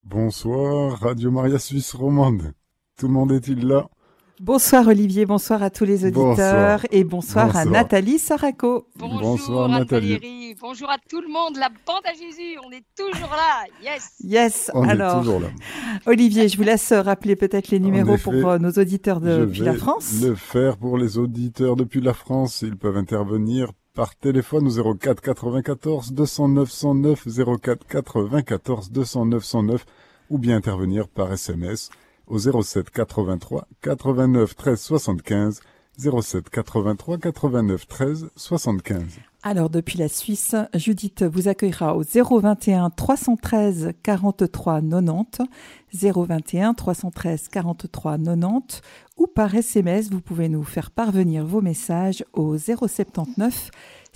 Bonsoir, Radio Maria Suisse Romande. Tout le monde est-il là? Bonsoir Olivier, bonsoir à tous les auditeurs Bonsoir. et bonsoir à Nathalie Saraco. Bonjour Nathalie. Anne-Valérie, bonjour à tout le monde, la bande à Jésus, on est toujours là, Yes, on alors, est toujours là. Olivier, je vous laisse rappeler peut-être les numéros effet, pour nos auditeurs depuis la France. Je vais le faire pour les auditeurs depuis la France, ils peuvent intervenir par téléphone au 04 94 209 109, 04 94 209 109 ou bien intervenir par SMS au 07 83 89 13 75, 07 83 89 13 75. Alors, depuis la Suisse, Judith vous accueillera au 021 313 43 90, 021 313 43 90, ou par SMS, vous pouvez nous faire parvenir vos messages au 079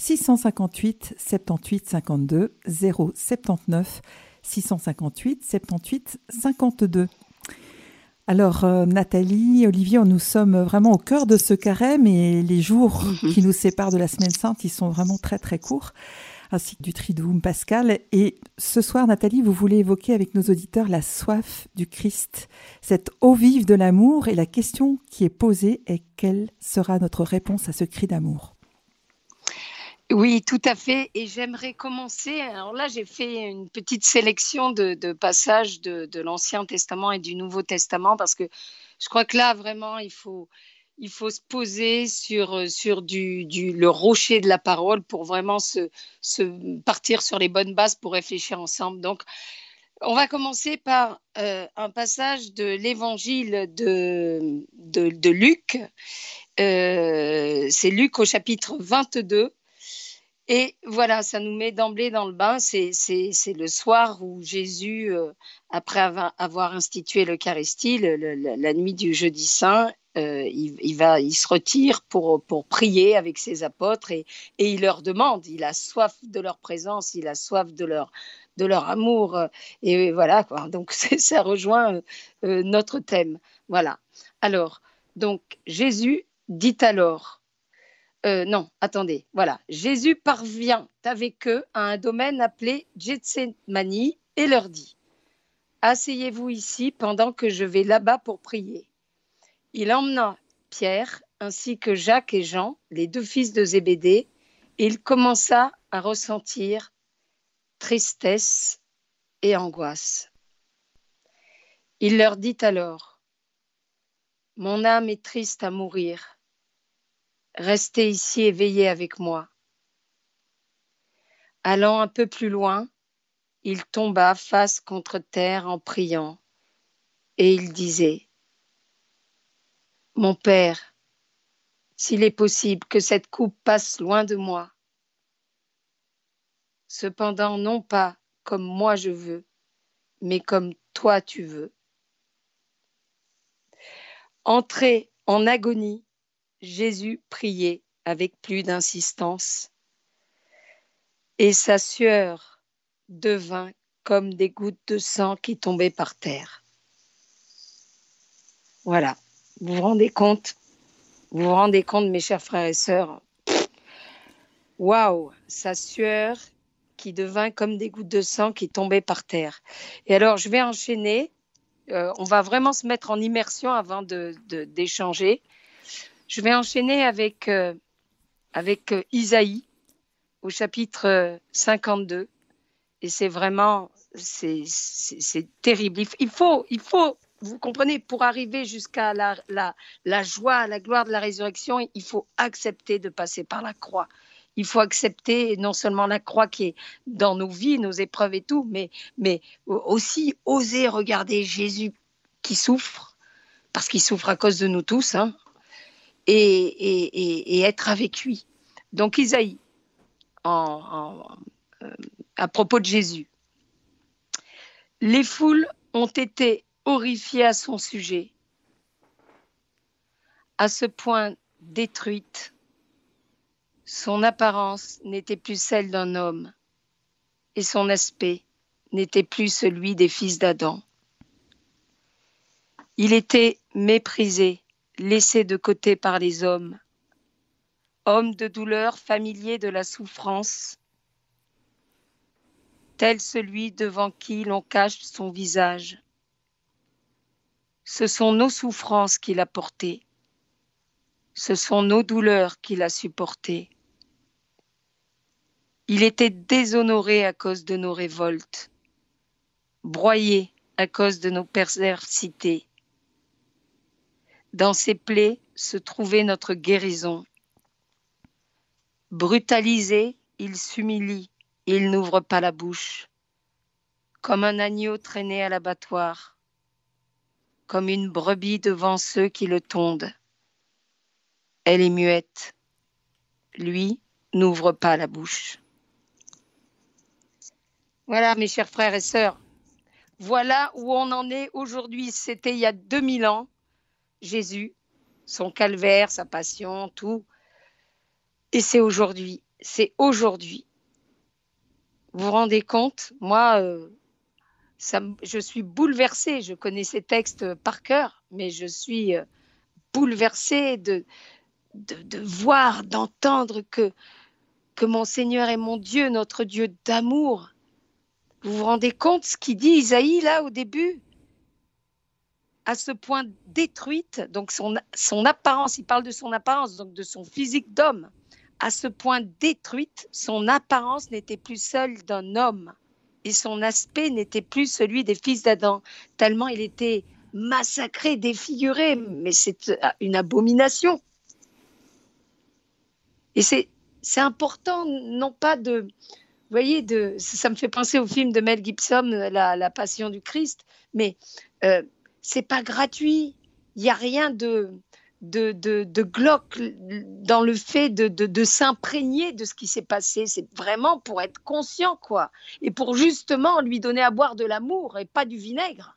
658 78 52, 079 658 78 52. Alors Nathalie, Olivier, nous sommes vraiment au cœur de ce carême et les jours qui nous séparent de la Semaine Sainte, ils sont vraiment très très courts, ainsi que du Triduum pascal. Et ce soir, Nathalie, vous voulez évoquer avec nos auditeurs la soif du Christ, cette eau vive de l'amour, et la question qui est posée est quelle sera notre réponse à ce cri d'amour? Oui, tout à fait. Et j'aimerais commencer. Alors là, j'ai fait une petite sélection de passages de l'Ancien Testament et du Nouveau Testament parce que je crois que là, vraiment, il faut se poser sur le rocher de la parole pour vraiment se partir sur les bonnes bases pour réfléchir ensemble. Donc, on va commencer par un passage de l'Évangile de Luc. C'est Luc au chapitre 22. Et voilà, ça nous met d'emblée dans le bain. C'est le soir où Jésus, après avoir institué l'Eucharistie, la nuit du jeudi saint, il se retire pour prier avec ses apôtres et il leur demande, il a soif de leur présence, il a soif de leur amour. Et voilà, quoi. Donc ça rejoint notre thème. Voilà. Alors, donc Jésus dit alors... non, attendez, voilà. Jésus parvient avec eux à un domaine appelé Gethsémani et leur dit « Asseyez-vous ici pendant que je vais là-bas pour prier. » Il emmena Pierre ainsi que Jacques et Jean, les deux fils de Zébédée, et il commença à ressentir tristesse et angoisse. Il leur dit alors « Mon âme est triste à mourir. Restez ici et veillez avec moi. » Allant un peu plus loin, il tomba face contre terre en priant, et il disait « Mon Père, s'il est possible que cette coupe passe loin de moi, cependant non pas comme moi je veux, mais comme toi tu veux. » Entré en agonie, Jésus priait avec plus d'insistance, et sa sueur devint comme des gouttes de sang qui tombaient par terre. Voilà, vous vous rendez compte, mes chers frères et sœurs? Waouh, sa sueur qui devint comme des gouttes de sang qui tombaient par terre. Et alors, je vais enchaîner. On va vraiment se mettre en immersion avant d'échanger. Je vais enchaîner avec Isaïe au chapitre 52. Et c'est vraiment, c'est terrible. Il faut, vous comprenez, pour arriver jusqu'à la joie, la gloire de la résurrection, il faut accepter de passer par la croix. Il faut accepter non seulement la croix qui est dans nos vies, nos épreuves et tout, mais aussi oser regarder Jésus qui souffre, parce qu'il souffre à cause de nous tous, hein, et être avec lui. Donc Isaïe, à propos de Jésus. Les foules ont été horrifiées à son sujet, à ce point détruite. Son apparence n'était plus celle d'un homme et son aspect n'était plus celui des fils d'Adam. Il était méprisé, laissé de côté par les hommes, homme de douleur, familier de la souffrance. tel celui devant qui l'on cache son visage. Ce sont nos souffrances qu'il a portées. Ce sont nos douleurs qu'il a supportées. Il était déshonoré à cause de nos révoltes, broyé à cause de nos perversités. Dans ses plaies se trouvait notre guérison. Brutalisé, il s'humilie, il n'ouvre pas la bouche. Comme un agneau traîné à l'abattoir, comme une brebis devant ceux qui le tondent. Elle est muette. Lui n'ouvre pas la bouche. Voilà, mes chers frères et sœurs, voilà où on en est aujourd'hui. C'était il y a 2000 ans, Jésus, son calvaire, sa passion, tout. Et c'est aujourd'hui, Vous vous rendez compte? Moi, je suis bouleversée. Je connais ces textes par cœur, mais je suis bouleversée de voir, d'entendre que mon Seigneur est mon Dieu, notre Dieu d'amour. Vous vous rendez compte ce qu'il dit Isaïe là au début? À ce point détruite, donc son apparence, il parle de son apparence, donc de son physique d'homme. À ce point détruite, son apparence n'était plus celle d'un homme et son aspect n'était plus celui des fils d'Adam, tellement il était massacré, défiguré, mais c'est une abomination. Et c'est important, non pas de... Vous voyez, ça me fait penser au film de Mel Gibson, La Passion du Christ, mais c'est pas gratuit. Il n'y a rien de glauque dans le fait de s'imprégner de ce qui s'est passé. C'est vraiment pour être conscient, quoi. Et pour justement lui donner à boire de l'amour et pas du vinaigre.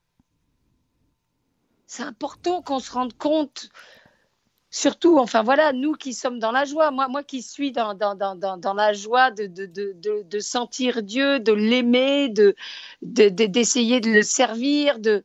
C'est important qu'on se rende compte, surtout, enfin voilà, nous qui sommes dans la joie, moi qui suis dans la joie de sentir Dieu, de l'aimer, d'essayer de le servir, de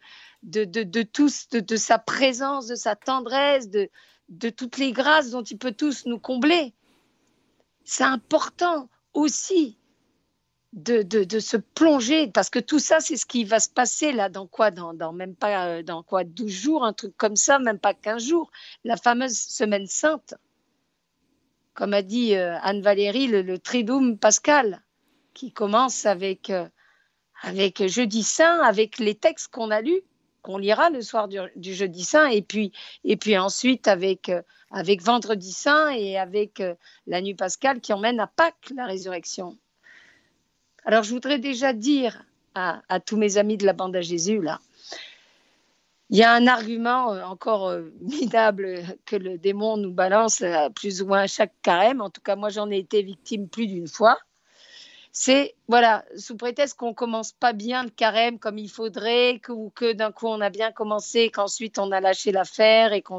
sa présence, de sa tendresse, de toutes les grâces dont il peut tous nous combler. C'est important aussi de se plonger, parce que tout ça, c'est ce qui va se passer là, dans même pas, 12 jours, un truc comme ça, même pas 15 jours, la fameuse semaine sainte, comme a dit Anne-Valérie, le Triduum pascal, qui commence avec Jeudi Saint, avec les textes qu'on a lus, qu'on lira le soir du Jeudi Saint, et puis ensuite avec Vendredi Saint et avec la nuit pascale qui emmène à Pâques, la résurrection. Alors, je voudrais déjà dire à tous mes amis de la bande à Jésus, là, il y a un argument encore minable que le démon nous balance plus ou moins à chaque carême. En tout cas, moi, j'en ai été victime plus d'une fois. C'est, voilà, sous prétexte qu'on ne commence pas bien le carême comme il faudrait, que d'un coup, on a bien commencé, qu'ensuite, on a lâché l'affaire et qu'on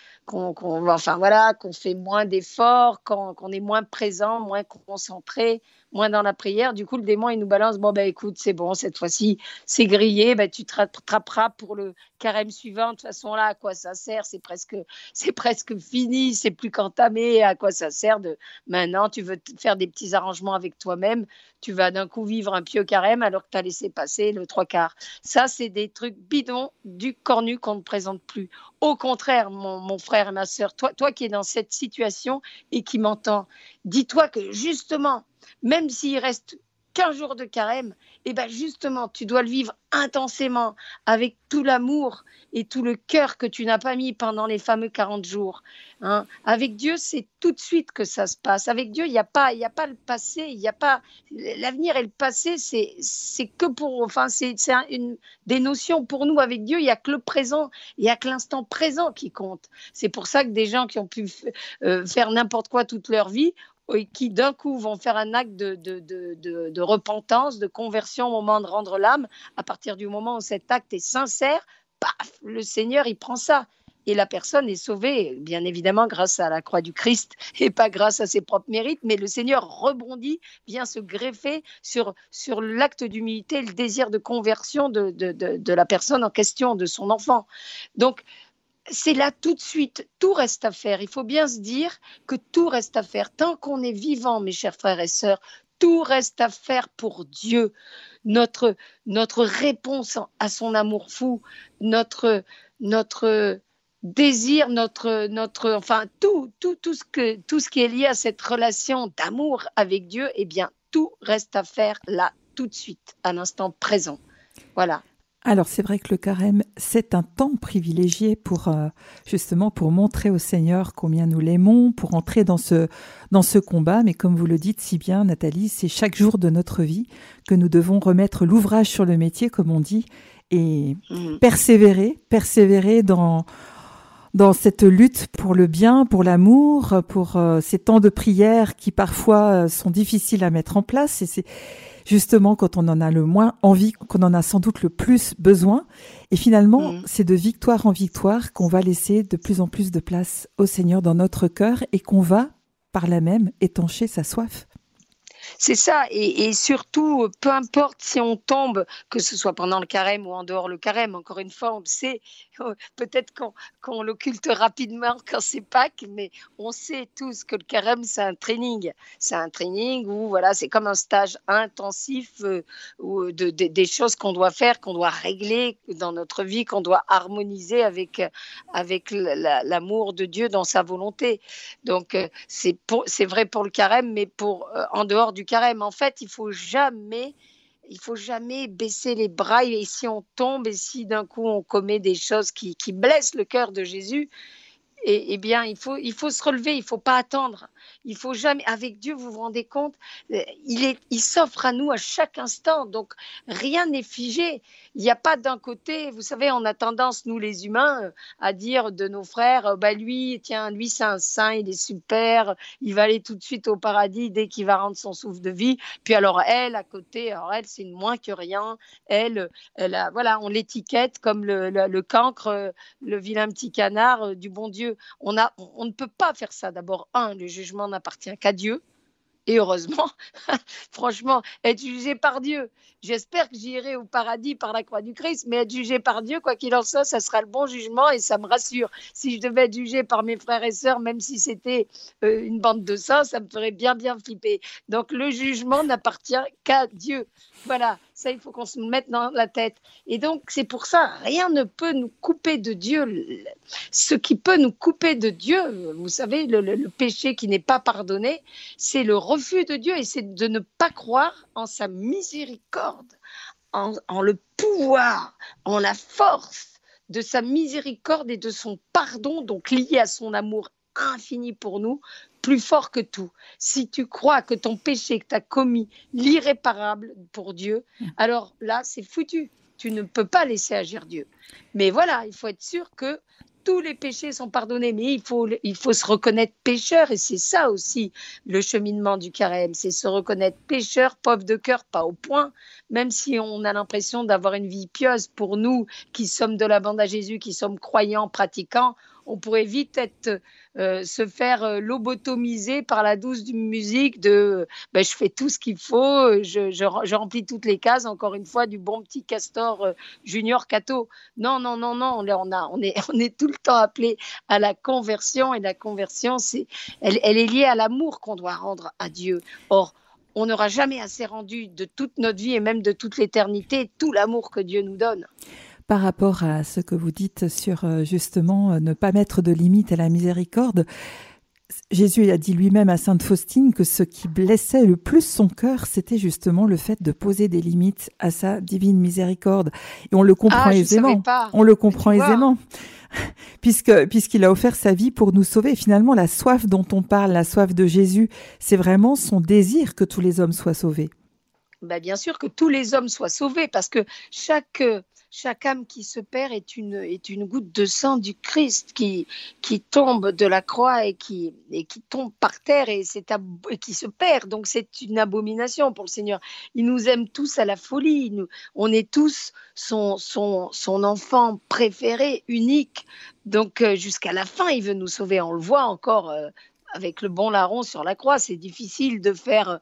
fait moins d'efforts, qu'on est moins présent, moins concentré, moins dans la prière. Du coup, le démon, il nous balance, bon, écoute, c'est bon, cette fois-ci, c'est grillé, tu te rattraperas pour le carême suivant. De toute façon, là, à quoi ça sert? C'est presque fini, c'est plus qu'entamé. À quoi ça sert maintenant, tu veux faire des petits arrangements avec toi-même, tu vas d'un coup vivre un pieux carême alors que tu as laissé passer le 3/4. Ça, c'est des trucs bidons du cornu qu'on ne présente plus. Au contraire, mon frère et ma sœur, toi qui es dans cette situation et qui m'entends, dis-toi que justement, même s'il reste 15 jours de carême, justement, tu dois le vivre intensément, avec tout l'amour et tout le cœur que tu n'as pas mis pendant les fameux 40 jours. Hein. Avec Dieu, c'est tout de suite que ça se passe. Avec Dieu, il n'y a pas le passé, il n'y a pas... L'avenir et le passé, c'est que pour... Enfin, c'est des notions pour nous. Avec Dieu, il n'y a que le présent, il n'y a que l'instant présent qui compte. C'est pour ça que des gens qui ont pu faire n'importe quoi toute leur vie, qui d'un coup vont faire un acte de repentance, de conversion au moment de rendre l'âme, à partir du moment où cet acte est sincère, paf, le Seigneur, il prend ça. Et la personne est sauvée, bien évidemment, grâce à la croix du Christ et pas grâce à ses propres mérites, mais le Seigneur rebondit, vient se greffer sur l'acte d'humilité, le désir de conversion de la personne en question, de son enfant. Donc, c'est là tout de suite, tout reste à faire. Il faut bien se dire que tout reste à faire. Tant qu'on est vivant, mes chers frères et sœurs, tout reste à faire pour Dieu. Notre réponse à son amour fou, notre désir, enfin tout ce qui est lié à cette relation d'amour avec Dieu, eh bien tout reste à faire là, tout de suite, à l'instant présent. Voilà. Alors c'est vrai que le carême, c'est un temps privilégié pour justement pour montrer au Seigneur combien nous l'aimons, pour entrer dans ce combat. Mais comme vous le dites si bien, Nathalie, c'est chaque jour de notre vie que nous devons remettre l'ouvrage sur le métier, comme on dit, et persévérer dans cette lutte pour le bien, pour l'amour, pour ces temps de prière qui parfois sont difficiles à mettre en place. Et c'est justement quand on en a le moins envie, qu'on en a sans doute le plus besoin. Et finalement, c'est de victoire en victoire qu'on va laisser de plus en plus de place au Seigneur dans notre cœur et qu'on va, par là même, étancher sa soif. C'est ça, et surtout, peu importe si on tombe, que ce soit pendant le carême ou en dehors le carême, encore une fois, on le sait, peut-être qu'on l'occulte rapidement quand c'est Pâques, mais on sait tous que le carême, c'est un training. C'est un training où, voilà, c'est comme un stage intensif où des choses qu'on doit faire, qu'on doit régler dans notre vie, qu'on doit harmoniser avec l'amour de Dieu dans sa volonté. Donc, c'est vrai pour le carême, mais en dehors du carême, en fait, il faut jamais baisser les bras, et si on tombe et si d'un coup on commet des choses qui blessent le cœur de Jésus, eh bien il faut se relever, il faut pas attendre. Il faut jamais, avec Dieu, vous vous rendez compte, il s'offre à nous à chaque instant, donc rien n'est figé. Il n'y a pas d'un côté, vous savez, on a tendance, nous les humains, à dire de nos frères, lui c'est un saint, il est super, il va aller tout de suite au paradis dès qu'il va rendre son souffle de vie. Puis alors elle, à côté, elle c'est une moins que rien, elle voilà, on l'étiquette comme le cancre, le vilain petit canard du bon Dieu. On ne peut pas faire ça. D'abord, le jugement n'appartient qu'à Dieu. Et heureusement, franchement, être jugé par Dieu. J'espère que j'irai au paradis par la croix du Christ, mais être jugé par Dieu, quoi qu'il en soit, ça sera le bon jugement et ça me rassure. Si je devais être jugé par mes frères et sœurs, même si c'était une bande de saints, ça me ferait bien flipper. Donc le jugement n'appartient qu'à Dieu. Voilà, ça il faut qu'on se mette dans la tête. Et donc c'est pour ça, rien ne peut nous couper de Dieu. Ce qui peut nous couper de Dieu, vous savez, le péché qui n'est pas pardonné, c'est le refus de Dieu et c'est de ne pas croire en sa miséricorde, en le pouvoir, en la force de sa miséricorde et de son pardon, donc lié à son amour infini pour nous, plus fort que tout. Si tu crois que ton péché que tu as commis, l'irréparable pour Dieu, alors là, c'est foutu. Tu ne peux pas laisser agir Dieu. Mais voilà, il faut être sûr que tous les péchés sont pardonnés, mais il faut se reconnaître pécheur, et c'est ça aussi le cheminement du carême, c'est se reconnaître pécheur, pauvre de cœur, pas au point, même si on a l'impression d'avoir une vie pieuse. Pour nous qui sommes de la bande à Jésus, qui sommes croyants, pratiquants, on pourrait vite se faire lobotomiser par la douce musique de je fais tout ce qu'il faut, je remplis toutes les cases, encore une fois, du bon petit Castor Junior Cato. Non, on est tout le temps appelé à la conversion, et la conversion, elle est liée à l'amour qu'on doit rendre à Dieu. Or, on n'aura jamais assez rendu de toute notre vie et même de toute l'éternité tout l'amour que Dieu nous donne. Par rapport à ce que vous dites sur justement ne pas mettre de limite à la miséricorde, Jésus a dit lui-même à Sainte Faustine que ce qui blessait le plus son cœur, c'était justement le fait de poser des limites à sa divine miséricorde. Et on le comprend aisément. On le comprend aisément. Puisqu'il a offert sa vie pour nous sauver. Et finalement, la soif dont on parle, la soif de Jésus, c'est vraiment son désir que tous les hommes soient sauvés. Bien sûr que tous les hommes soient sauvés, parce que chaque âme qui se perd est une goutte de sang du Christ qui tombe de la croix et qui tombe par terre et qui se perd. Donc c'est une abomination pour le Seigneur. Il nous aime tous à la folie. On est tous son enfant préféré, unique. Donc jusqu'à la fin, il veut nous sauver. On le voit encore avec le bon larron sur la croix. C'est difficile de faire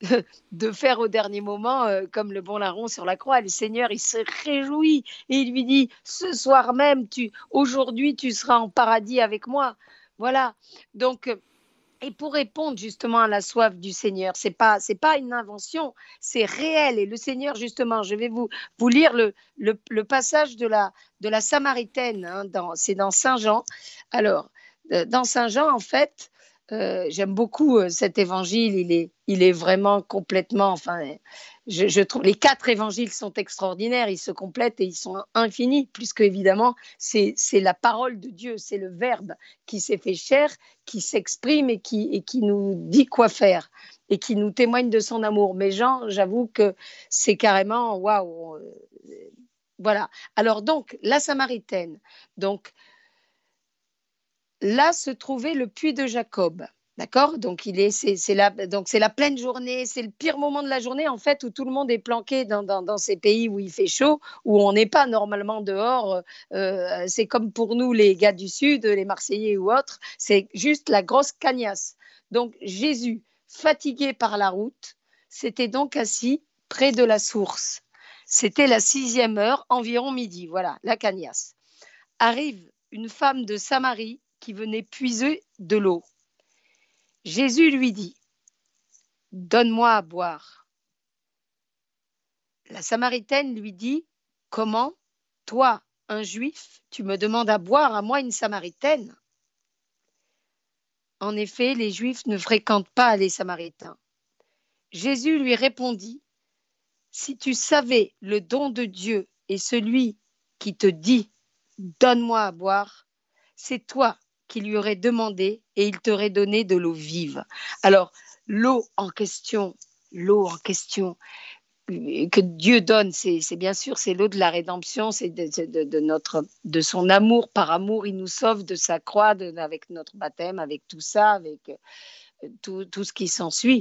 au dernier moment comme le bon larron sur la croix. Le Seigneur, il se réjouit et il lui dit, ce soir même, aujourd'hui tu seras en paradis avec moi. Voilà, donc Et pour répondre justement à la soif du Seigneur, c'est pas une invention, c'est réel. Et le Seigneur, justement, je vais vous lire le passage de la Samaritaine, hein, c'est dans Saint Jean. Alors, dans Saint Jean, en fait, j'aime beaucoup cet évangile, il est vraiment complètement, enfin, je trouve les 4 évangiles sont extraordinaires, ils se complètent et ils sont infinis, puisque évidemment, c'est la parole de Dieu, c'est le Verbe qui s'est fait chair, qui s'exprime et qui nous dit quoi faire et qui nous témoigne de son amour. Mais Jean, j'avoue que c'est carrément waouh. Voilà. Alors donc, la Samaritaine. Donc là se trouvait le puits de Jacob. D'accord. Donc, c'est la pleine journée, c'est le pire moment de la journée, en fait, où tout le monde est planqué dans ces pays où il fait chaud, où on n'est pas normalement dehors. C'est comme pour nous, les gars du Sud, les Marseillais ou autres, c'est juste la grosse cagnasse. Donc, Jésus, fatigué par la route, s'était donc assis près de la source. C'était la 6e heure, environ midi. Voilà, la cagnasse. Arrive une femme de Samarie qui venait puiser de l'eau. Jésus lui dit, donne-moi à boire. La Samaritaine lui dit, comment, toi, un juif, tu me demandes à boire, à moi, une Samaritaine? En effet, les Juifs ne fréquentent pas les Samaritains. Jésus lui répondit, si tu savais le don de Dieu et celui qui te dit, donne-moi à boire, c'est toi qui lui aurais demandé et il t'aurait donné de l'eau vive. Alors, l'eau en question que Dieu donne, c'est bien sûr, c'est l'eau de la rédemption, c'est de son amour. Par amour, il nous sauve de sa croix, avec notre baptême, avec tout ça, avec tout ce qui s'ensuit,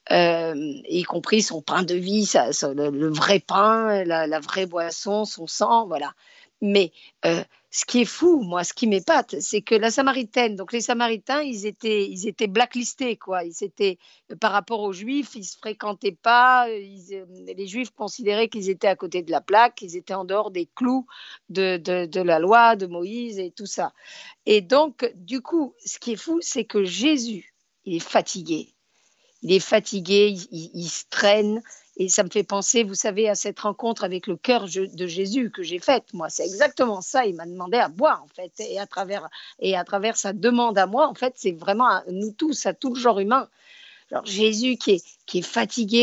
y compris son pain de vie, le vrai pain, la vraie boisson, son sang, voilà. Mais ce qui est fou, moi, ce qui m'épate, c'est que la Samaritaine, donc les Samaritains, ils étaient blacklistés, quoi. Ils étaient, par rapport aux Juifs, ils se fréquentaient pas. Les Juifs considéraient qu'ils étaient à côté de la plaque, qu'ils étaient en dehors des clous de la loi de Moïse et tout ça. Et donc, du coup, ce qui est fou, c'est que Jésus, il est fatigué. Il est fatigué, il se traîne. Et ça me fait penser, vous savez, à cette rencontre avec le cœur de Jésus que j'ai faite. Moi, c'est exactement ça. Il m'a demandé à boire, en fait. Et à travers sa demande à moi, en fait, c'est vraiment à nous tous, à tout le genre humain. Alors, Jésus qui est fatigué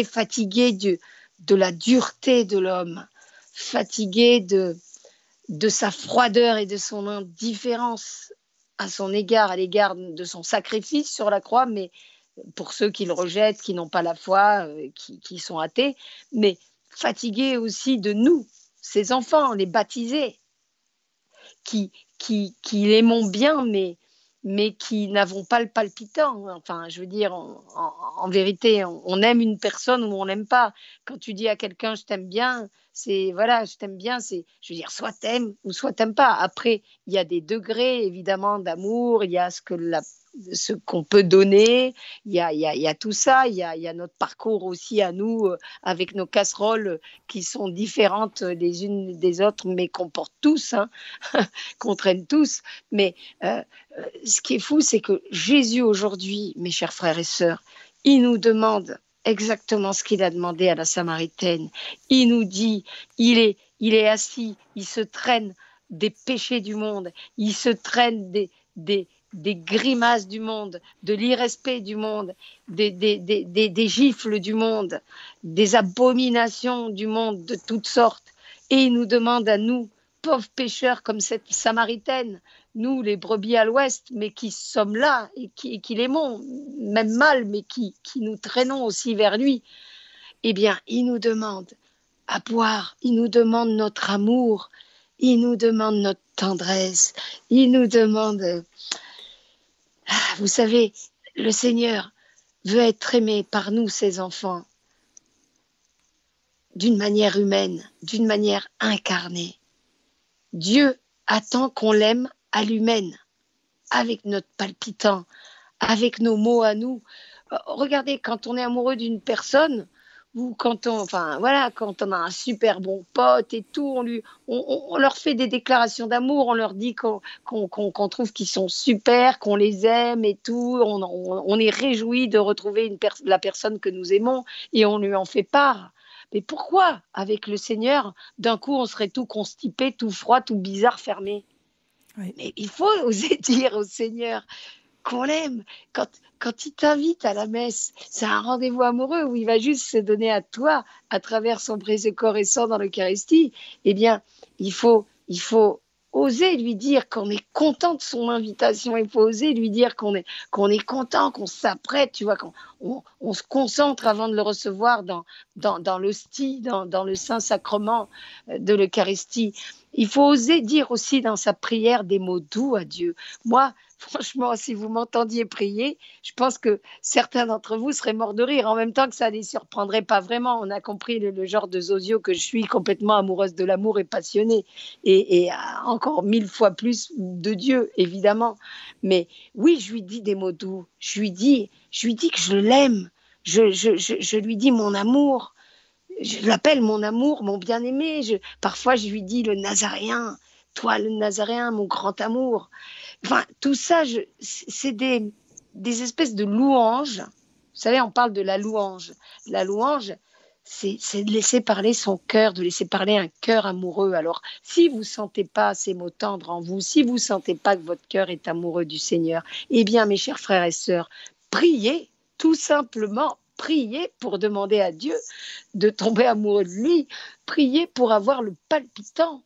de la dureté de l'homme, fatigué de sa froideur et de son indifférence à son égard, à l'égard de son sacrifice sur la croix, mais pour ceux qui le rejettent, qui n'ont pas la foi, qui sont athées, mais fatigué aussi de nous, ses enfants, les baptisés, qui l'aimons bien, mais qui n'avons pas le palpitant. Enfin, je veux dire, en vérité, on aime une personne ou on n'aime pas. Quand tu dis à quelqu'un je t'aime bien, c'est voilà, je t'aime bien, c'est, je veux dire, soit t'aimes ou soit t'aimes pas. Après, il y a des degrés évidemment d'amour, il y a ce qu'on peut donner, il y a tout ça, il y a notre parcours aussi à nous avec nos casseroles qui sont différentes les unes des autres, mais qu'on porte tous, hein, qu'on traîne tous. Mais ce qui est fou, c'est que Jésus aujourd'hui, mes chers frères et sœurs, il nous demande exactement ce qu'il a demandé à la Samaritaine. Il nous dit, il est assis, il se traîne des péchés du monde, il se traîne des grimaces du monde, de l'irrespect du monde, des gifles du monde, des abominations du monde de toutes sortes. Et il nous demande à nous, pauvres pécheurs comme cette Samaritaine, nous les brebis à l'ouest, mais qui sommes là et qui l'aimons, même mal, mais qui nous traînons aussi vers lui, eh bien, il nous demande à boire, il nous demande notre amour, il nous demande notre tendresse, il nous demande... Vous savez, le Seigneur veut être aimé par nous, ses enfants, d'une manière humaine, d'une manière incarnée. Dieu attend qu'on l'aime à l'humaine, avec notre palpitant, avec nos mots à nous. Regardez, quand on est amoureux d'une personne, quand on a un super bon pote et tout, on leur fait des déclarations d'amour, on leur dit qu'on trouve qu'ils sont super, qu'on les aime et tout, on est réjouis de retrouver la personne que nous aimons et on lui en fait part. Mais pourquoi, avec le Seigneur, d'un coup, on serait tout constipé, tout froid, tout bizarre, fermé? Oui. Mais il faut oser dire au Seigneur qu'on l'aime. Quand il t'invite à la messe, c'est un rendez-vous amoureux où il va juste se donner à toi à travers son précieux corps et sang dans l'Eucharistie. Eh bien, il faut oser lui dire qu'on est content de son invitation. Il faut oser lui dire qu'on est content, qu'on s'apprête, tu vois, qu'on se concentre avant de le recevoir dans l'hostie, dans le Saint-Sacrement de l'Eucharistie. Il faut oser dire aussi dans sa prière des mots doux à Dieu. Moi, franchement, si vous m'entendiez prier, je pense que certains d'entre vous seraient morts de rire, en même temps que ça ne les surprendrait pas vraiment. On a compris le genre de zozio que je suis, complètement amoureuse de l'amour et passionnée, et encore 1000 fois plus de Dieu, évidemment. Mais oui, je lui dis des mots doux. Je lui dis que je l'aime. Je lui dis mon amour. Je l'appelle mon amour, mon bien-aimé. Parfois, je lui dis le Nazaréen. Toi, le Nazaréen, mon grand amour. Enfin, tout ça, c'est des espèces de louanges. Vous savez, on parle de la louange. La louange, c'est de laisser parler son cœur, de laisser parler un cœur amoureux. Alors, si vous ne sentez pas ces mots tendres en vous, si vous ne sentez pas que votre cœur est amoureux du Seigneur, eh bien, mes chers frères et sœurs, priez, tout simplement, priez pour demander à Dieu de tomber amoureux de lui. Priez pour avoir le palpitant.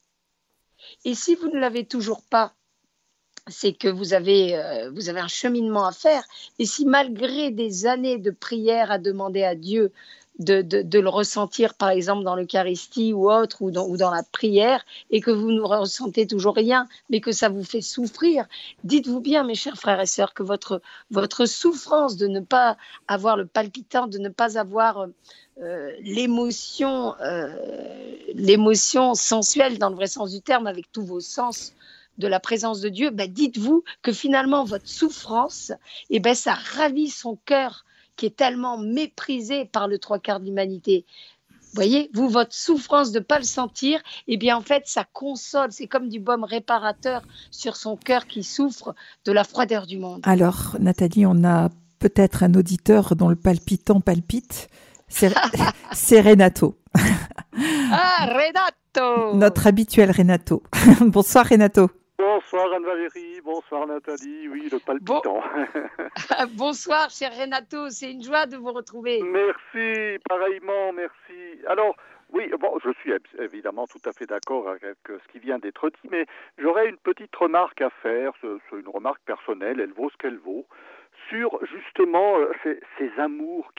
Et si vous ne l'avez toujours pas, c'est que vous avez un cheminement à faire. Et si malgré des années de prière à demander à Dieu de le ressentir, par exemple dans l'Eucharistie ou autre, ou dans la prière, et que vous ne ressentez toujours rien, mais que ça vous fait souffrir, dites-vous bien, mes chers frères et sœurs, que votre souffrance de ne pas avoir le palpitant, de ne pas avoir l'émotion sensuelle dans le vrai sens du terme, avec tous vos sens, de la présence de Dieu, dites-vous que finalement votre souffrance, ça ravit son cœur qui est tellement méprisé par le trois quarts de l'humanité. Vous voyez, votre souffrance de ne pas le sentir, en fait, ça console, c'est comme du baume réparateur sur son cœur qui souffre de la froideur du monde. Alors, Nathalie, on a peut-être un auditeur dont le palpitant palpite, c'est Renato. Ah, Renato! Notre habituel Renato. Bonsoir Renato. Bonsoir Anne-Valérie, bonsoir Nathalie, oui, le palpitant. Bonsoir cher Renato, c'est une joie de vous retrouver. Merci, pareillement, merci. Alors, oui, je suis évidemment tout à fait d'accord avec ce qui vient d'être dit, mais j'aurais une petite remarque à faire, c'est une remarque personnelle, elle vaut ce qu'elle vaut, sur justement ces amours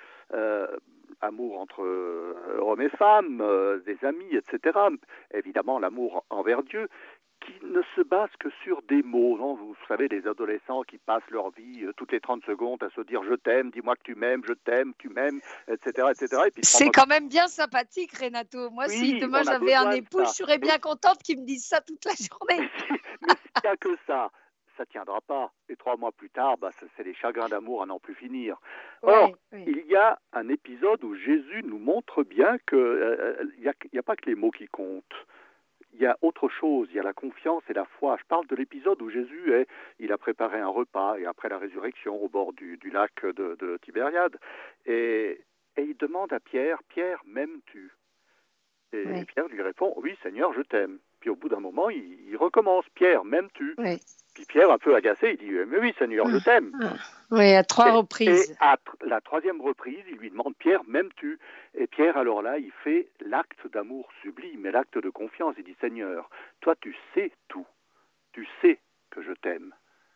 amour entre hommes et femmes, des amis, etc. Évidemment, l'amour envers Dieu, qui ne se base que sur des mots. Non, vous savez, les adolescents qui passent leur vie toutes les 30 secondes à se dire « je t'aime, dis-moi que tu m'aimes, je t'aime, tu m'aimes », etc. etc. Et puis, c'est quand même bien sympathique, Renato. Moi, oui, si demain j'avais un époux, je serais bien contente qu'il me dise ça toute la journée. Mais s'il n'y a que ça ne tiendra pas. Et 3 mois plus tard, c'est les chagrins d'amour à n'en plus finir. Or, il y a un épisode où Jésus nous montre bien qu'il n'y a pas que les mots qui comptent. Il y a autre chose, il y a la confiance et la foi. Je parle de l'épisode où Jésus il a préparé un repas et après la résurrection au bord du lac de Tibériade. Et il demande à Pierre, « Pierre, m'aimes-tu » Et Pierre lui répond, « Oui, Seigneur, je t'aime ». Puis au bout d'un moment, il recommence, « Pierre, m'aimes-tu » Puis Pierre, un peu agacé, il dit « Mais oui, Seigneur, je t'aime ». Oui, à 3 reprises. Et à la 3e reprise, il lui demande « Pierre, m'aimes-tu » Et Pierre, alors là, il fait l'acte d'amour sublime et l'acte de confiance. Il dit « Seigneur, toi, tu sais tout. Tu sais que je t'aime. »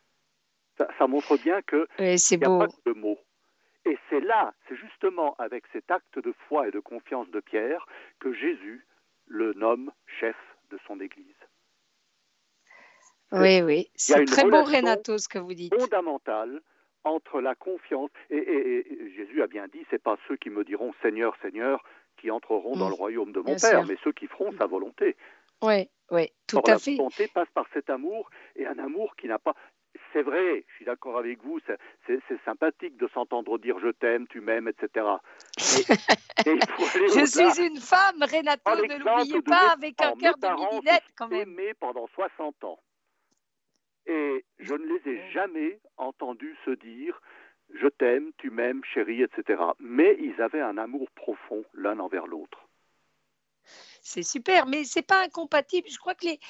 Ça montre bien qu'il n'y a pas de mots. Et c'est justement avec cet acte de foi et de confiance de Pierre que Jésus le nomme chef de son Église. Oui, c'est très beau, Renato, ce que vous dites. Fondamentale entre la confiance, et Jésus a bien dit, c'est pas ceux qui me diront Seigneur, Seigneur, qui entreront dans le royaume de mon Père, mais ceux qui feront sa volonté. Oui, tout à fait. La volonté passe par cet amour, et un amour qui n'a pas... c'est vrai, je suis d'accord avec vous, c'est sympathique de s'entendre dire je t'aime, tu m'aimes, etc. Mais il faut aller je au-delà. suis une femme, Renato, ne l'oubliez pas, avec un cœur de midinette quand même. Mes parents se sont aimés pendant 60 ans. Et je ne les ai jamais entendus se dire je t'aime, tu m'aimes, chérie, etc. Mais ils avaient un amour profond l'un envers l'autre. C'est super, mais c'est pas incompatible. Je crois que les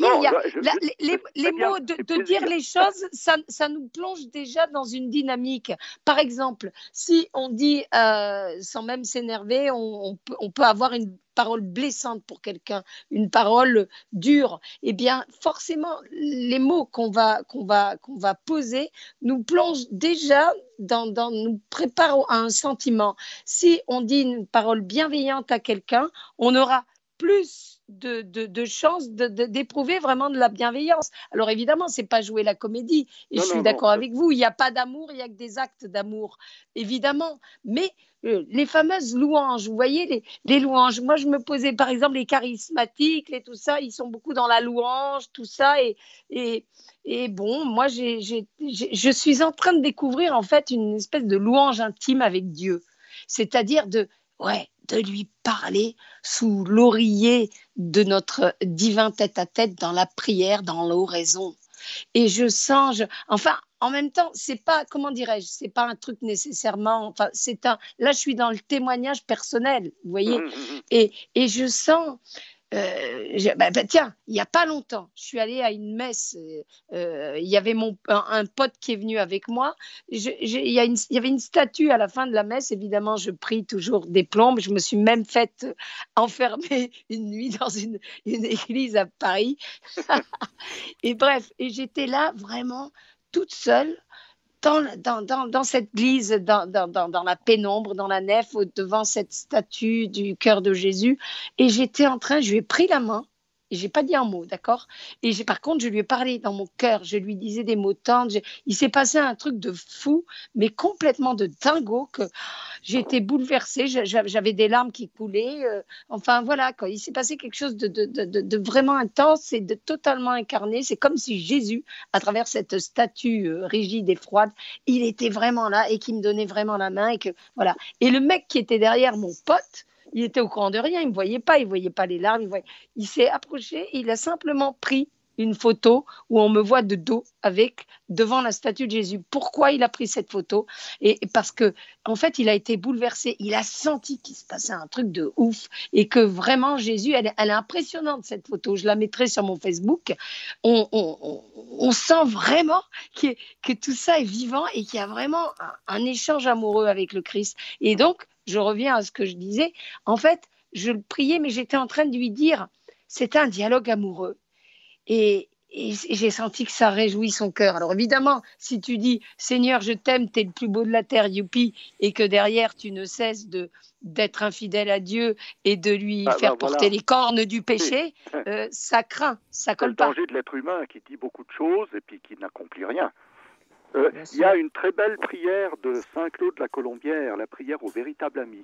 mots de dire les choses, ça nous plonge déjà dans une dynamique. Par exemple, si on dit sans même s'énerver, on peut avoir une parole blessante pour quelqu'un, une parole dure. Eh bien, forcément, les mots qu'on va poser nous plongent déjà nous préparent à un sentiment. Si on dit une parole bienveillante à quelqu'un, on aura plus de chances d'éprouver vraiment de la bienveillance. Alors évidemment, c'est pas jouer la comédie, et je suis d'accord avec vous, il n'y a pas d'amour, il n'y a que des actes d'amour, évidemment, mais les fameuses louanges, vous voyez, les louanges, moi je me posais par exemple les charismatiques, tout ça, ils sont beaucoup dans la louange, tout ça, et bon, moi je suis en train de découvrir en fait une espèce de louange intime avec Dieu, c'est-à-dire de lui parler sous l'oreiller de notre divin tête-à-tête dans la prière, dans l'oraison. Et je sens, en même temps, c'est pas, comment dirais-je, c'est pas un truc nécessairement, là je suis dans le témoignage personnel, vous voyez, et je sens, tiens, il n'y a pas longtemps, je suis allée à une messe, il y avait un pote qui est venu avec moi, il y avait une statue à la fin de la messe, évidemment je prie toujours des plombes, je me suis même faite enfermer une nuit dans une église à Paris, et bref, et j'étais là vraiment toute seule, dans cette église, dans la pénombre, dans la nef, devant cette statue du cœur de Jésus. Et je lui ai pris la main, et je n'ai pas dit un mot, d'accord ? Et par contre, je lui ai parlé dans mon cœur, je lui disais des mots tendres. Il s'est passé un truc de fou, mais complètement de dingo, que j'ai été bouleversée, j'avais des larmes qui coulaient. Enfin, voilà, quoi. Il s'est passé quelque chose de vraiment intense et de totalement incarné. C'est comme si Jésus, à travers cette statue rigide et froide, il était vraiment là et qui me donnait vraiment la main. Voilà. Et le mec qui était derrière mon pote, il était au courant de rien, il ne me voyait pas, les larmes. Il s'est approché, il a simplement pris une photo où on me voit de dos devant la statue de Jésus. Pourquoi il a pris cette photo ? Et parce que, en fait, il a été bouleversé. Il a senti qu'il se passait un truc de ouf et que vraiment Jésus, elle est impressionnante cette photo. Je la mettrai sur mon Facebook. On sent vraiment que tout ça est vivant et qu'il y a vraiment un échange amoureux avec le Christ. Et donc, je reviens à ce que je disais. En fait, je le priais, mais j'étais en train de lui dire, c'était un dialogue amoureux. Et j'ai senti que ça réjouit son cœur. Alors évidemment, si tu dis « Seigneur, je t'aime, t'es le plus beau de la terre, youpi », et que derrière, tu ne cesses d'être infidèle à Dieu et de lui faire porter les cornes du péché, ça craint, ça colle pas. C'est le danger de l'être humain qui dit beaucoup de choses et puis qui n'accomplit rien. Il y a une très belle prière de Saint Claude la Colombière, la prière au véritable ami,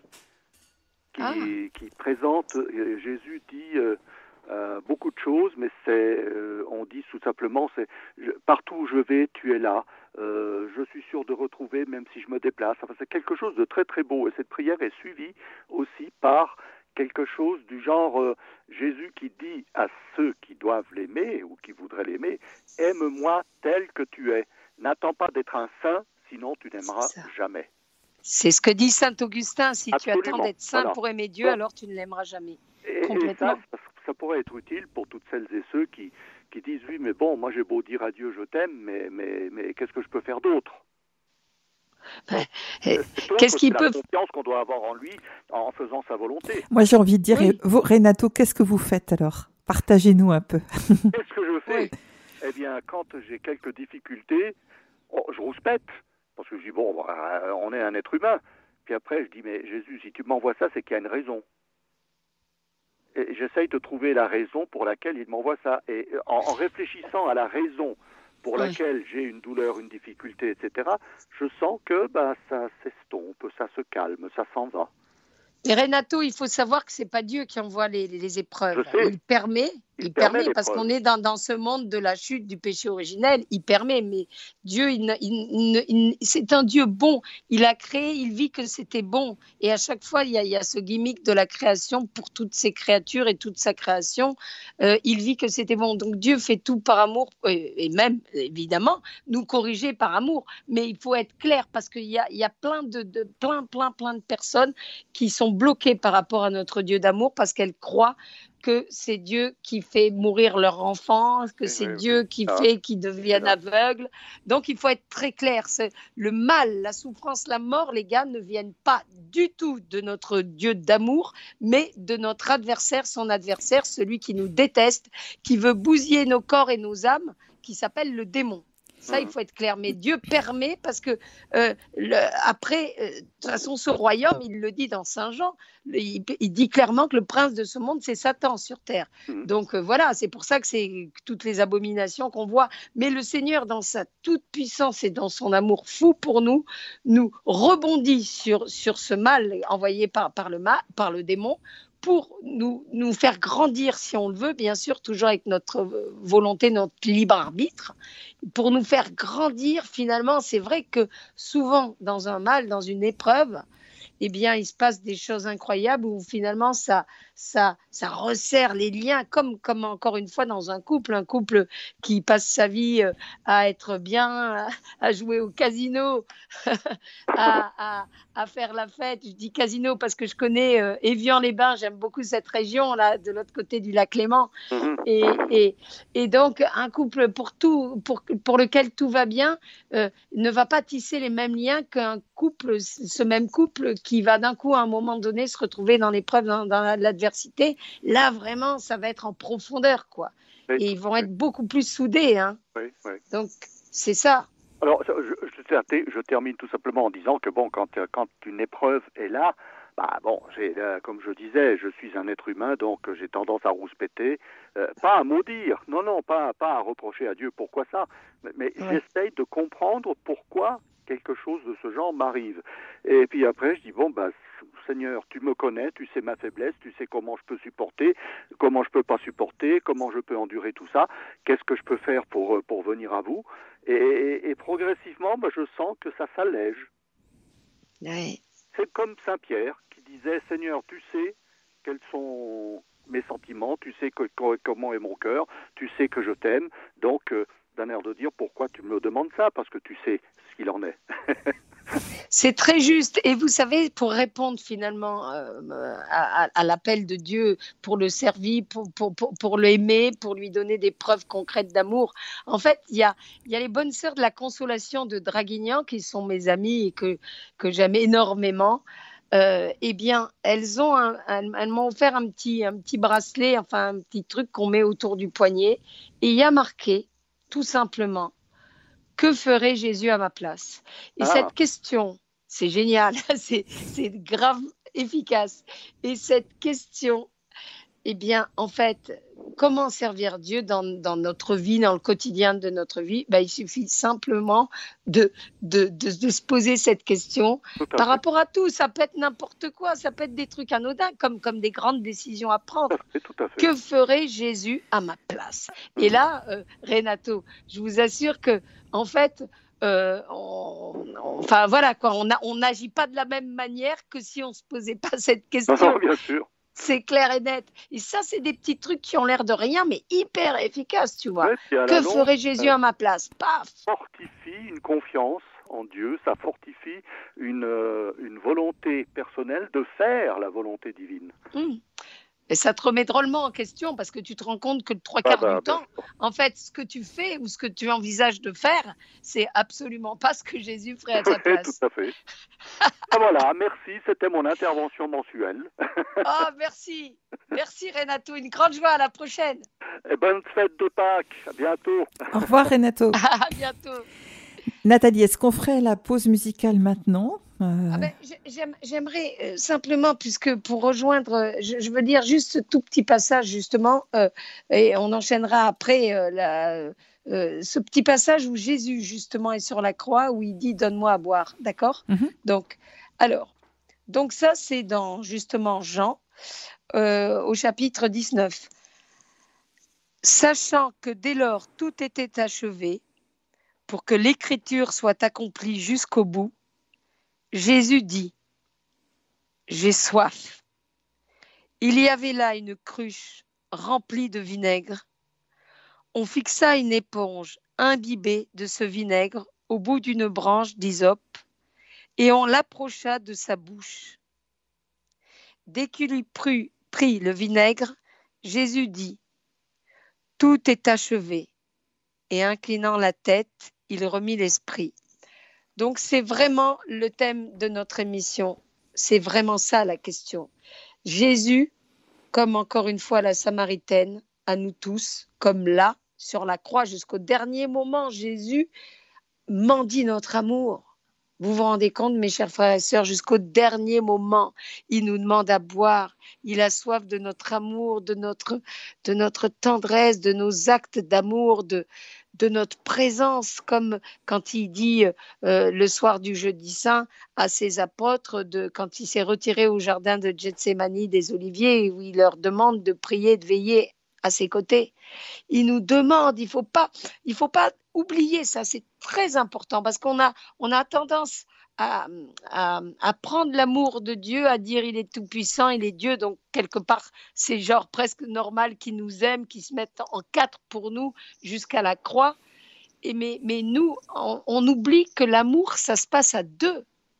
qui présente, Jésus dit beaucoup de choses, mais on dit tout simplement, partout où je vais, tu es là, je suis sûr de retrouver même si je me déplace. Enfin, c'est quelque chose de très très beau, et cette prière est suivie aussi par quelque chose du genre Jésus qui dit à ceux qui doivent l'aimer ou qui voudraient l'aimer, aime-moi tel que tu es. N'attends pas d'être un saint, sinon tu n'aimeras jamais. C'est ce que dit saint Augustin, si Absolument. Tu attends d'être saint pour aimer Dieu, alors tu ne l'aimeras jamais. Complètement. Et ça pourrait être utile pour toutes celles et ceux qui disent oui, mais bon, moi j'ai beau dire à Dieu je t'aime, mais qu'est-ce que je peux faire d'autre ? Qu'est-ce qu'il peut... la confiance qu'on doit avoir en lui en faisant sa volonté. Moi j'ai envie de dire, vous, Renato, qu'est-ce que vous faites alors ? Partagez-nous un peu. Qu'est-ce que je fais ? Eh bien, quand j'ai quelques difficultés, je rouspète, parce que je dis, bon, on est un être humain. Puis après, je dis, mais Jésus, si tu m'envoies ça, c'est qu'il y a une raison. Et j'essaye de trouver la raison pour laquelle il m'envoie ça. Et en réfléchissant à la raison pour laquelle j'ai une douleur, une difficulté, etc., je sens que ça s'estompe, ça se calme, ça s'en va. Et Renato, il faut savoir que ce n'est pas Dieu qui envoie les épreuves. Je sais. Il permet, Il permet parce qu'on est dans ce monde de la chute du péché originel. Il permet, mais Dieu, c'est un Dieu bon. Il a créé, il vit que c'était bon. Et à chaque fois, il y a ce gimmick de la création pour toutes ses créatures et toute sa création. Il vit que c'était bon. Donc Dieu fait tout par amour et même, évidemment, nous corriger par amour. Mais il faut être clair parce qu'il y a plein de personnes qui sont bloquées par rapport à notre Dieu d'amour parce qu'elles croient que c'est Dieu qui fait mourir leur enfant, que c'est Dieu qui fait qu'ils deviennent aveugles. Donc, il faut être très clair. Le mal, la souffrance, la mort, les gars, ne viennent pas du tout de notre Dieu d'amour, mais de notre adversaire, son adversaire, celui qui nous déteste, qui veut bousiller nos corps et nos âmes, qui s'appelle le démon. Ça, il faut être clair. Mais Dieu permet parce que après, de toute façon, ce royaume, il le dit dans Saint Jean, il dit clairement que le prince de ce monde, c'est Satan sur terre. Donc voilà, c'est pour ça que c'est toutes les abominations qu'on voit. Mais le Seigneur, dans sa toute puissance et dans son amour fou pour nous, nous rebondit sur ce mal envoyé par le démon, pour nous faire grandir, si on le veut, bien sûr, toujours avec notre volonté, notre libre arbitre, pour nous faire grandir. Finalement, c'est vrai que souvent, dans un mal, dans une épreuve, eh bien, il se passe des choses incroyables où finalement, ça resserre les liens, comme encore une fois dans un couple qui passe sa vie à être bien, à jouer au casino, à faire la fête. Je dis casino parce que je connais Évian-les-Bains, j'aime beaucoup cette région, là, de l'autre côté du lac Léman. Et donc, un couple pour lequel tout va bien ne va pas tisser les mêmes liens qu'un couple, ce même couple qui va d'un coup, à un moment donné, se retrouver dans l'épreuve, dans l'adversité. Là, vraiment, ça va être en profondeur, quoi. Oui, et ils vont être beaucoup plus soudés. Hein. Oui. Donc, c'est ça. Alors, je termine tout simplement en disant que, bon, quand une épreuve est là, comme je disais, je suis un être humain, donc j'ai tendance à rouspéter, pas à maudire, non, pas à reprocher à Dieu pourquoi ça, mais j'essaye de comprendre pourquoi quelque chose de ce genre m'arrive. Et puis après, je dis, Seigneur, tu me connais, tu sais ma faiblesse, tu sais comment je peux supporter, comment je peux pas supporter, comment je peux endurer tout ça, qu'est-ce que je peux faire pour venir à vous. Et progressivement, je sens que ça s'allège. Oui. C'est comme Saint Pierre qui disait, Seigneur, tu sais quels sont mes sentiments, tu sais comment est mon cœur, tu sais que je t'aime, donc d'un air de dire, pourquoi tu me demandes ça, parce que tu sais ce qu'il en est. C'est très juste. Et vous savez, pour répondre finalement à l'appel de Dieu, pour le servir, pour l'aimer, pour lui donner des preuves concrètes d'amour, en fait, il y a les bonnes sœurs de la consolation de Draguignan, qui sont mes amies et que j'aime énormément. Eh bien, elles m'ont offert un petit bracelet, enfin un petit truc qu'on met autour du poignet. Et il y a marqué, tout simplement, que ferait Jésus à ma place? Et cette question, c'est génial, c'est grave efficace. Et cette question, eh bien, en fait, comment servir Dieu dans notre vie, dans le quotidien de notre vie? Il suffit simplement de se poser cette question par rapport à tout. Ça peut être n'importe quoi, ça peut être des trucs anodins, comme des grandes décisions à prendre. Tout à fait. Que ferait Jésus à ma place? Et là, Renato, je vous assure que, en fait, on n'agit pas de la même manière que si on ne se posait pas cette question. Non, bien sûr. C'est clair et net. Et ça, c'est des petits trucs qui ont l'air de rien, mais hyper efficaces, tu vois. Que ferait Jésus à ma place? Paf! Ça fortifie une confiance en Dieu, ça fortifie une volonté personnelle de faire la volonté divine. Et ça te remet drôlement en question parce que tu te rends compte que le trois quarts du temps, en fait, ce que tu fais ou ce que tu envisages de faire, c'est absolument pas ce que Jésus ferait à ta place. Tout à fait. Voilà, merci, c'était mon intervention mensuelle. Oh, merci. Merci Renato, une grande joie, à la prochaine. Et bonne fête de Pâques, à bientôt. Au revoir Renato. À bientôt. Nathalie, est-ce qu'on ferait la pause musicale maintenant? J'aimerais simplement, puisque pour rejoindre, je veux dire juste ce tout petit passage justement, et on enchaînera après ce petit passage où Jésus justement est sur la croix, où il dit « Donne-moi à boire », d'accord? Donc ça c'est dans justement Jean, au chapitre 19. Sachant que dès lors tout était achevé, pour que l'écriture soit accomplie jusqu'au bout, Jésus dit « J'ai soif ». Il y avait là une cruche remplie de vinaigre. On fixa une éponge imbibée de ce vinaigre au bout d'une branche d'hysope et on l'approcha de sa bouche. Dès qu'il eut pris le vinaigre, Jésus dit « Tout est achevé ». Et inclinant la tête, il remit l'esprit. Donc c'est vraiment le thème de notre émission. C'est vraiment ça la question. Jésus, comme encore une fois la Samaritaine, à nous tous, comme là, sur la croix, jusqu'au dernier moment, Jésus mendie notre amour. Vous vous rendez compte, mes chers frères et sœurs, jusqu'au dernier moment, il nous demande à boire. Il a soif de notre amour, de notre tendresse, de nos actes d'amour, de notre présence, comme quand il dit le soir du jeudi saint à ses apôtres, quand il s'est retiré au jardin de Gethsémani des Oliviers, où il leur demande de prier, de veiller à ses côtés. Il nous demande, il faut pas oublier ça, c'est très important parce qu'on a tendance à prendre l'amour de Dieu, à dire il est tout puissant, il est Dieu, donc quelque part c'est genre presque normal qu'il nous aime, qu'il se mette en quatre pour nous jusqu'à la croix. Mais nous, on oublie que l'amour, ça se passe à deux.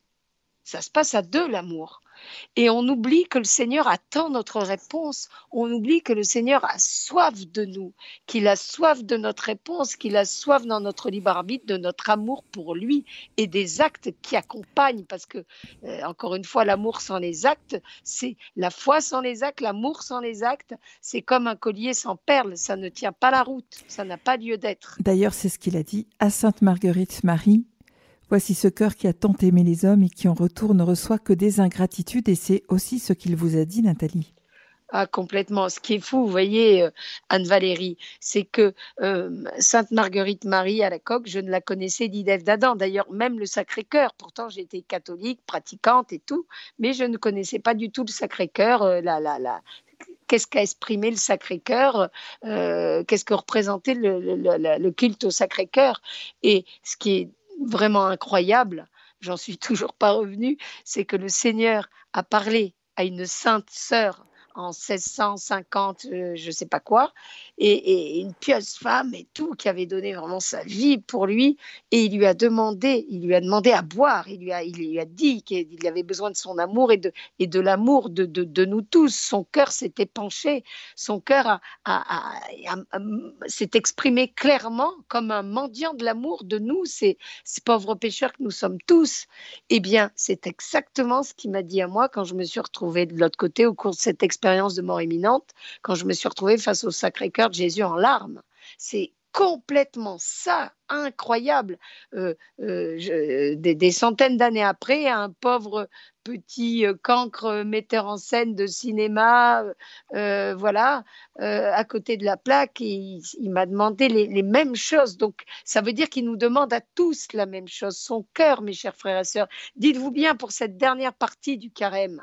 Ça se passe à deux, l'amour. Et on oublie que le Seigneur attend notre réponse. On oublie que le Seigneur a soif de nous, qu'il a soif de notre réponse, qu'il a soif dans notre libre arbitre, de notre amour pour lui et des actes qui accompagnent. Parce que, encore une fois, l'amour sans les actes, c'est la foi sans les actes, l'amour sans les actes, c'est comme un collier sans perles. Ça ne tient pas la route, ça n'a pas lieu d'être. D'ailleurs, c'est ce qu'il a dit à Sainte Marguerite Marie. Voici ce cœur qui a tant aimé les hommes et qui en retour ne reçoit que des ingratitudes. Et c'est aussi ce qu'il vous a dit, Nathalie. Ah, complètement. Ce qui est fou, vous voyez, Anne-Valérie, c'est que Sainte Marguerite Marie à la Coque, je ne la connaissais ni d'Ève d'Adam. D'ailleurs, même le Sacré-Cœur. Pourtant, j'étais catholique, pratiquante et tout, mais je ne connaissais pas du tout le Sacré-Cœur. Qu'est-ce qu'a exprimé le Sacré-Cœur, qu'est-ce que représentait le culte au Sacré-Cœur. Et ce qui est vraiment incroyable, j'en suis toujours pas revenue, c'est que le Seigneur a parlé à une sainte sœur en 1650, je sais pas quoi, et une pieuse femme et tout, qui avait donné vraiment sa vie pour lui, et il lui a demandé à boire, il lui a dit qu'il avait besoin de son amour et de l'amour de nous tous. Son cœur s'était penché, son cœur s'est exprimé clairement comme un mendiant de l'amour de nous, ces pauvres pécheurs que nous sommes tous. Eh bien, c'est exactement ce qu'il m'a dit à moi quand je me suis retrouvée de l'autre côté au cours de cette expérience de mort imminente, quand je me suis retrouvée face au Sacré-Cœur de Jésus en larmes. C'est complètement ça, incroyable. Des centaines d'années après, un pauvre petit cancre metteur en scène de cinéma, à côté de la plaque, il m'a demandé les mêmes choses. Donc, ça veut dire qu'il nous demande à tous la même chose. Son cœur, mes chers frères et sœurs. Dites-vous bien, pour cette dernière partie du carême,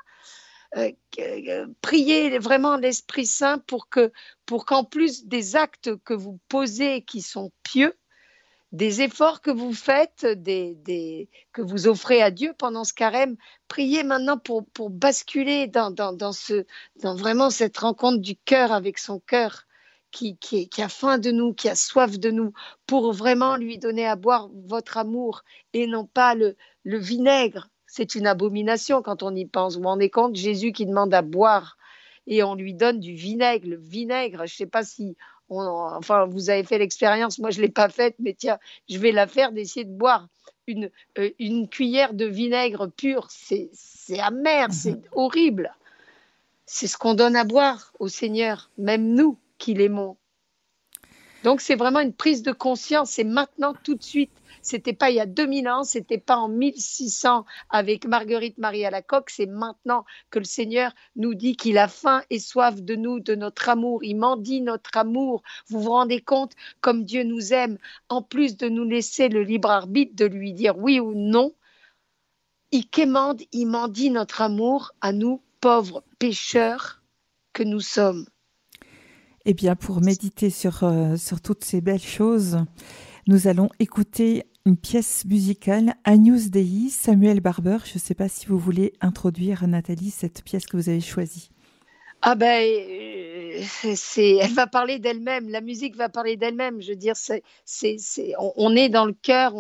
priez vraiment l'Esprit Saint pour qu'en plus des actes que vous posez qui sont pieux, des efforts que vous faites, que vous offrez à Dieu pendant ce carême, priez maintenant pour basculer dans vraiment cette rencontre du cœur avec son cœur qui a faim de nous, qui a soif de nous, pour vraiment lui donner à boire votre amour et non pas le vinaigre. C'est une abomination quand on y pense. Vous vous rendez compte, Jésus qui demande à boire et on lui donne du vinaigre. Le vinaigre, je ne sais pas si vous avez fait l'expérience, moi je ne l'ai pas faite, mais tiens, je vais la faire, d'essayer de boire une cuillère de vinaigre pur. C'est amer, c'est horrible. C'est ce qu'on donne à boire au Seigneur, même nous qui l'aimons. Donc c'est vraiment une prise de conscience, c'est maintenant, tout de suite. C'était pas il y a 2000 ans, c'était pas en 1600 avec Marguerite Marie à la Coque, c'est maintenant que le Seigneur nous dit qu'il a faim et soif de nous, de notre amour. Il mendie notre amour. Vous vous rendez compte comme Dieu nous aime, en plus de nous laisser le libre arbitre de lui dire oui ou non, il quémande, il mendie notre amour à nous, pauvres pécheurs que nous sommes. Eh bien, pour méditer sur toutes ces belles choses, nous allons écouter une pièce musicale, Agnus Dei, Samuel Barber. Je ne sais pas si vous voulez introduire, Nathalie, cette pièce que vous avez choisie. Ah ben, elle va parler d'elle-même. La musique va parler d'elle-même. Je veux dire, on est dans le cœur,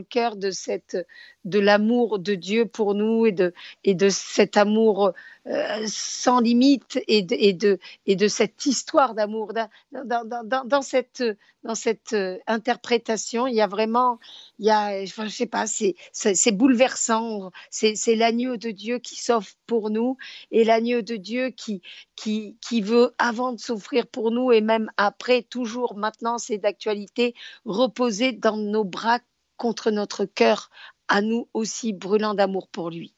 de l'amour de Dieu pour nous et de cet amour sans limite et de cette histoire d'amour. Dans cette interprétation, il y a vraiment, enfin, je sais pas, c'est bouleversant. C'est l'agneau de Dieu qui s'offre pour nous et l'agneau de Dieu qui veut, avant de souffrir pour nous et même après, toujours maintenant, c'est d'actualité, reposer dans nos bras contre notre cœur, à nous aussi brûlant d'amour pour lui.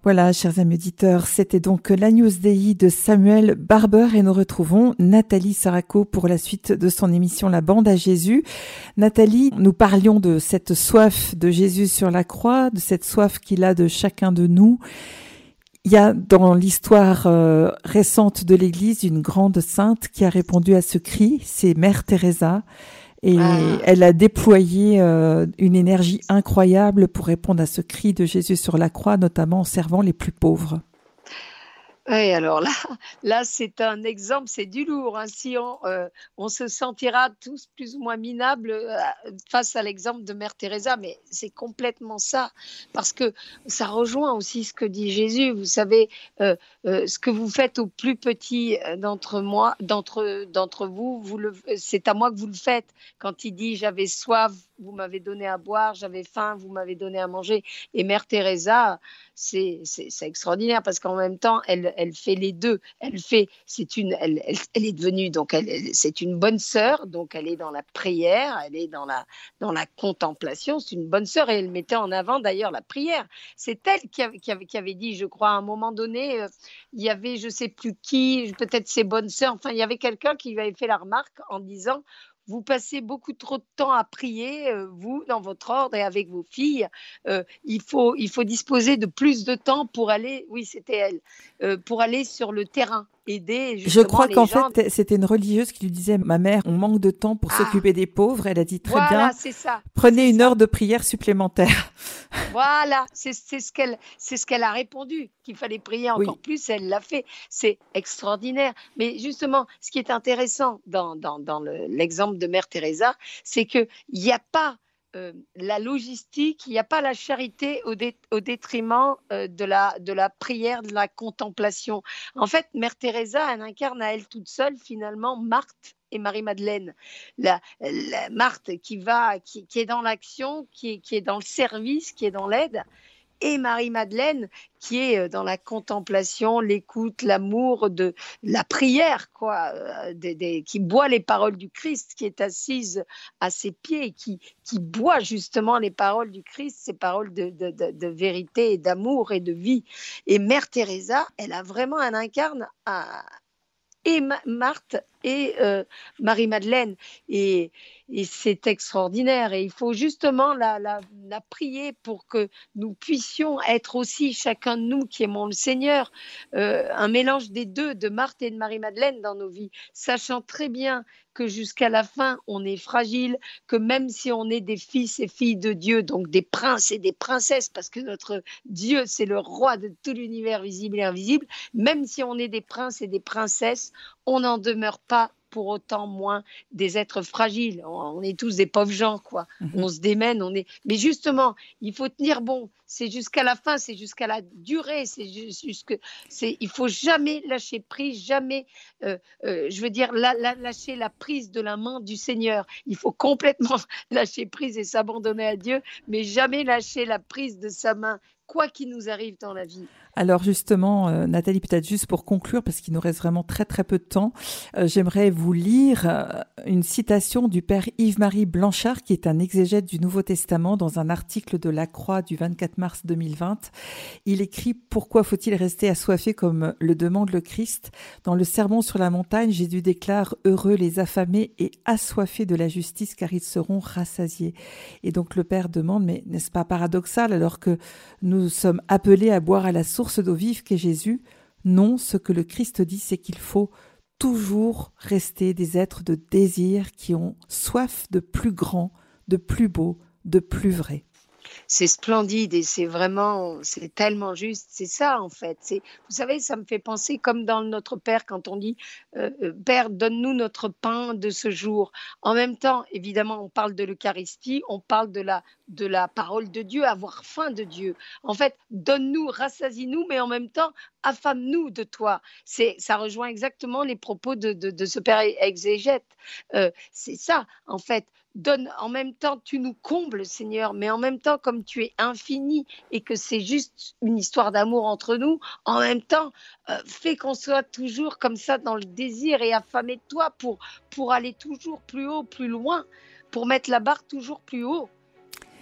Voilà, chers amis auditeurs, c'était donc la News Dei de Samuel Barber et nous retrouvons Nathalie Saraco pour la suite de son émission La Bande à Jésus. Nathalie, nous parlions de cette soif de Jésus sur la croix, de cette soif qu'il a de chacun de nous. Il y a dans l'histoire récente de l'Église une grande sainte qui a répondu à ce cri, c'est Mère Teresa. Et elle a déployé une énergie incroyable pour répondre à ce cri de Jésus sur la croix, notamment en servant les plus pauvres. Oui, alors là, c'est un exemple, c'est du lourd. Hein. Si on se sentira tous plus ou moins minables face à l'exemple de Mère Teresa, mais c'est complètement ça, parce que ça rejoint aussi ce que dit Jésus. Vous savez, ce que vous faites aux plus petits d'entre vous, c'est à moi que vous le faites. Quand il dit j'avais soif, vous m'avez donné à boire, j'avais faim, vous m'avez donné à manger. Et Mère Teresa, c'est extraordinaire parce qu'en même temps, elle fait les deux. Elle est devenue, donc c'est une bonne sœur, donc elle est dans la prière, elle est dans la contemplation, c'est une bonne sœur et elle mettait en avant d'ailleurs la prière. C'est elle qui avait dit, je crois, à un moment donné, il y avait je ne sais plus qui, peut-être ses bonnes sœurs, enfin il y avait quelqu'un qui lui avait fait la remarque en disant vous passez beaucoup trop de temps à prier, vous, dans votre ordre et avec vos filles. Il faut disposer de plus de temps pour aller, oui, c'était elle, pour aller sur le terrain, aider justement. Je crois les qu'en gens. fait, c'était une religieuse qui lui disait, ma mère, on manque de temps pour s'occuper des pauvres. Elle a dit, très bien, c'est ça, prenez une ça. heure de prière supplémentaire. Voilà, c'est ce qu'elle a répondu, qu'il fallait prier encore plus, elle l'a fait. C'est extraordinaire. Mais justement, ce qui est intéressant dans l'exemple de Mère Teresa, c'est qu'il n'y a pas la logistique, il n'y a pas la charité au détriment de la prière, de la contemplation. En fait, Mère Teresa, elle incarne à elle toute seule finalement Marthe et Marie-Madeleine. La Marthe qui est dans l'action, qui est dans le service, qui est dans l'aide, et Marie-Madeleine qui est dans la contemplation, l'écoute, l'amour, de la prière, quoi, qui boit les paroles du Christ, qui est assise à ses pieds, qui boit justement les paroles du Christ, ces paroles de vérité et d'amour et de vie. Et Mère Teresa, elle incarne et Marthe et Marie-Madeleine. Et c'est extraordinaire. Et il faut justement la prier pour que nous puissions être aussi, chacun de nous qui aimons le Seigneur, un mélange des deux, de Marthe et de Marie-Madeleine dans nos vies, sachant très bien que jusqu'à la fin, on est fragile, que même si on est des fils et filles de Dieu, donc des princes et des princesses, parce que notre Dieu, c'est le roi de tout l'univers visible et invisible, même si on est des princes et des princesses, on n'en demeure pas pour autant moins des êtres fragiles. On est tous des pauvres gens, quoi. On se démène, mais justement, il faut tenir bon. C'est jusqu'à la fin, c'est jusqu'à la durée. Il faut jamais lâcher prise, jamais, lâcher la prise de la main du Seigneur. Il faut complètement lâcher prise et s'abandonner à Dieu, mais jamais lâcher la prise de sa main, quoi qu'il nous arrive dans la vie. Alors justement, Nathalie, peut-être juste pour conclure, parce qu'il nous reste vraiment très très peu de temps, j'aimerais vous lire une citation du père Yves-Marie Blanchard, qui est un exégète du Nouveau Testament, dans un article de La Croix du 24 mars 2020. Il écrit « Pourquoi faut-il rester assoiffé comme le demande le Christ ?» Dans le Sermon sur la montagne, Jésus déclare « Heureux les affamés et assoiffés de la justice, car ils seront rassasiés. » Et donc le père demande « Mais n'est-ce pas paradoxal alors que nous sommes appelés à boire à la source d'eau vive qu'est Jésus? Non, ce que le Christ dit, c'est qu'il faut toujours rester des êtres de désir qui ont soif de plus grand, de plus beau, de plus vrai. » C'est splendide et c'est tellement juste. C'est ça, en fait. Vous savez, ça me fait penser comme dans Notre Père, quand on dit Père, donne-nous notre pain de ce jour. En même temps, évidemment, on parle de l'Eucharistie, on parle de la parole de Dieu, avoir faim de Dieu. En fait, donne-nous, rassasie-nous, mais en même temps, affame-nous de toi. Ça rejoint exactement les propos de ce Père exégète. C'est ça, en fait. En même temps, tu nous combles, Seigneur, mais en même temps, comme tu es infini et que c'est juste une histoire d'amour entre nous, en même temps, fais qu'on soit toujours comme ça dans le désir et affamé de toi pour aller toujours plus haut, plus loin, pour mettre la barre toujours plus haut.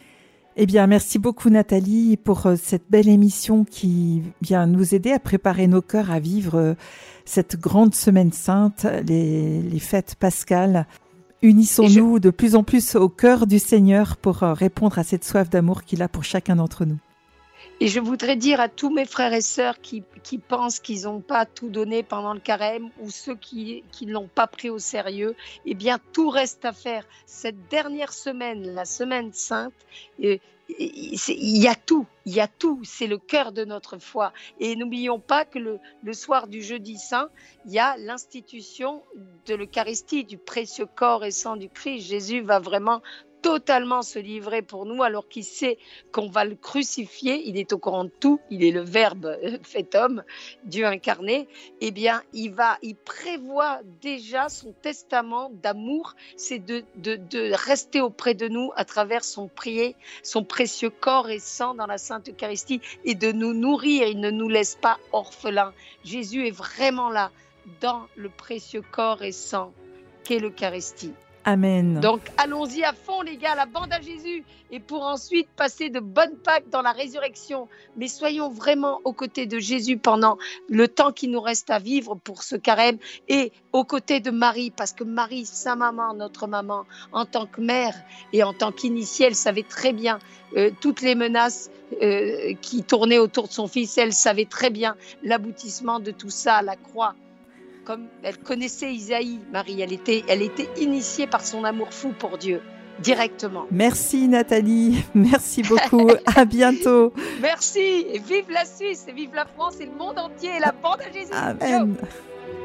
Eh bien, merci beaucoup Nathalie pour cette belle émission qui vient nous aider à préparer nos cœurs à vivre cette grande semaine sainte, les fêtes pascales. Unissons-nous de plus en plus au cœur du Seigneur pour répondre à cette soif d'amour qu'il a pour chacun d'entre nous. Et je voudrais dire à tous mes frères et sœurs qui pensent qu'ils n'ont pas tout donné pendant le carême ou ceux qui ne l'ont pas pris au sérieux, eh bien tout reste à faire. Cette dernière semaine, la semaine sainte, il y a tout, c'est le cœur de notre foi. Et n'oublions pas que le soir du jeudi saint, il y a l'institution de l'Eucharistie, du précieux corps et sang du Christ. Jésus va vraiment totalement se livrer pour nous alors qu'il sait qu'on va le crucifier, il est au courant de tout, il est le Verbe fait homme, Dieu incarné. Eh bien il prévoit déjà son testament d'amour, c'est de rester auprès de nous à travers son précieux corps et sang dans la Sainte Eucharistie et de nous nourrir, il ne nous laisse pas orphelins. Jésus est vraiment là dans le précieux corps et sang qu'est l'Eucharistie. Amen. Donc allons-y à fond les gars, la bande à Jésus, et pour ensuite passer de bonnes Pâques dans la résurrection. Mais soyons vraiment aux côtés de Jésus pendant le temps qui nous reste à vivre pour ce carême, et aux côtés de Marie, parce que Marie, sa maman, notre maman, en tant que mère et en tant qu'initiée, elle savait très bien toutes les menaces qui tournaient autour de son fils. Elle savait très bien l'aboutissement de tout ça à la croix. Comme elle connaissait Isaïe, Marie, elle était initiée par son amour fou pour Dieu, directement. Merci Nathalie, merci beaucoup, à bientôt. Merci, et vive la Suisse, et vive la France, et le monde entier, et la bande à Jésus. Amen. Ciao.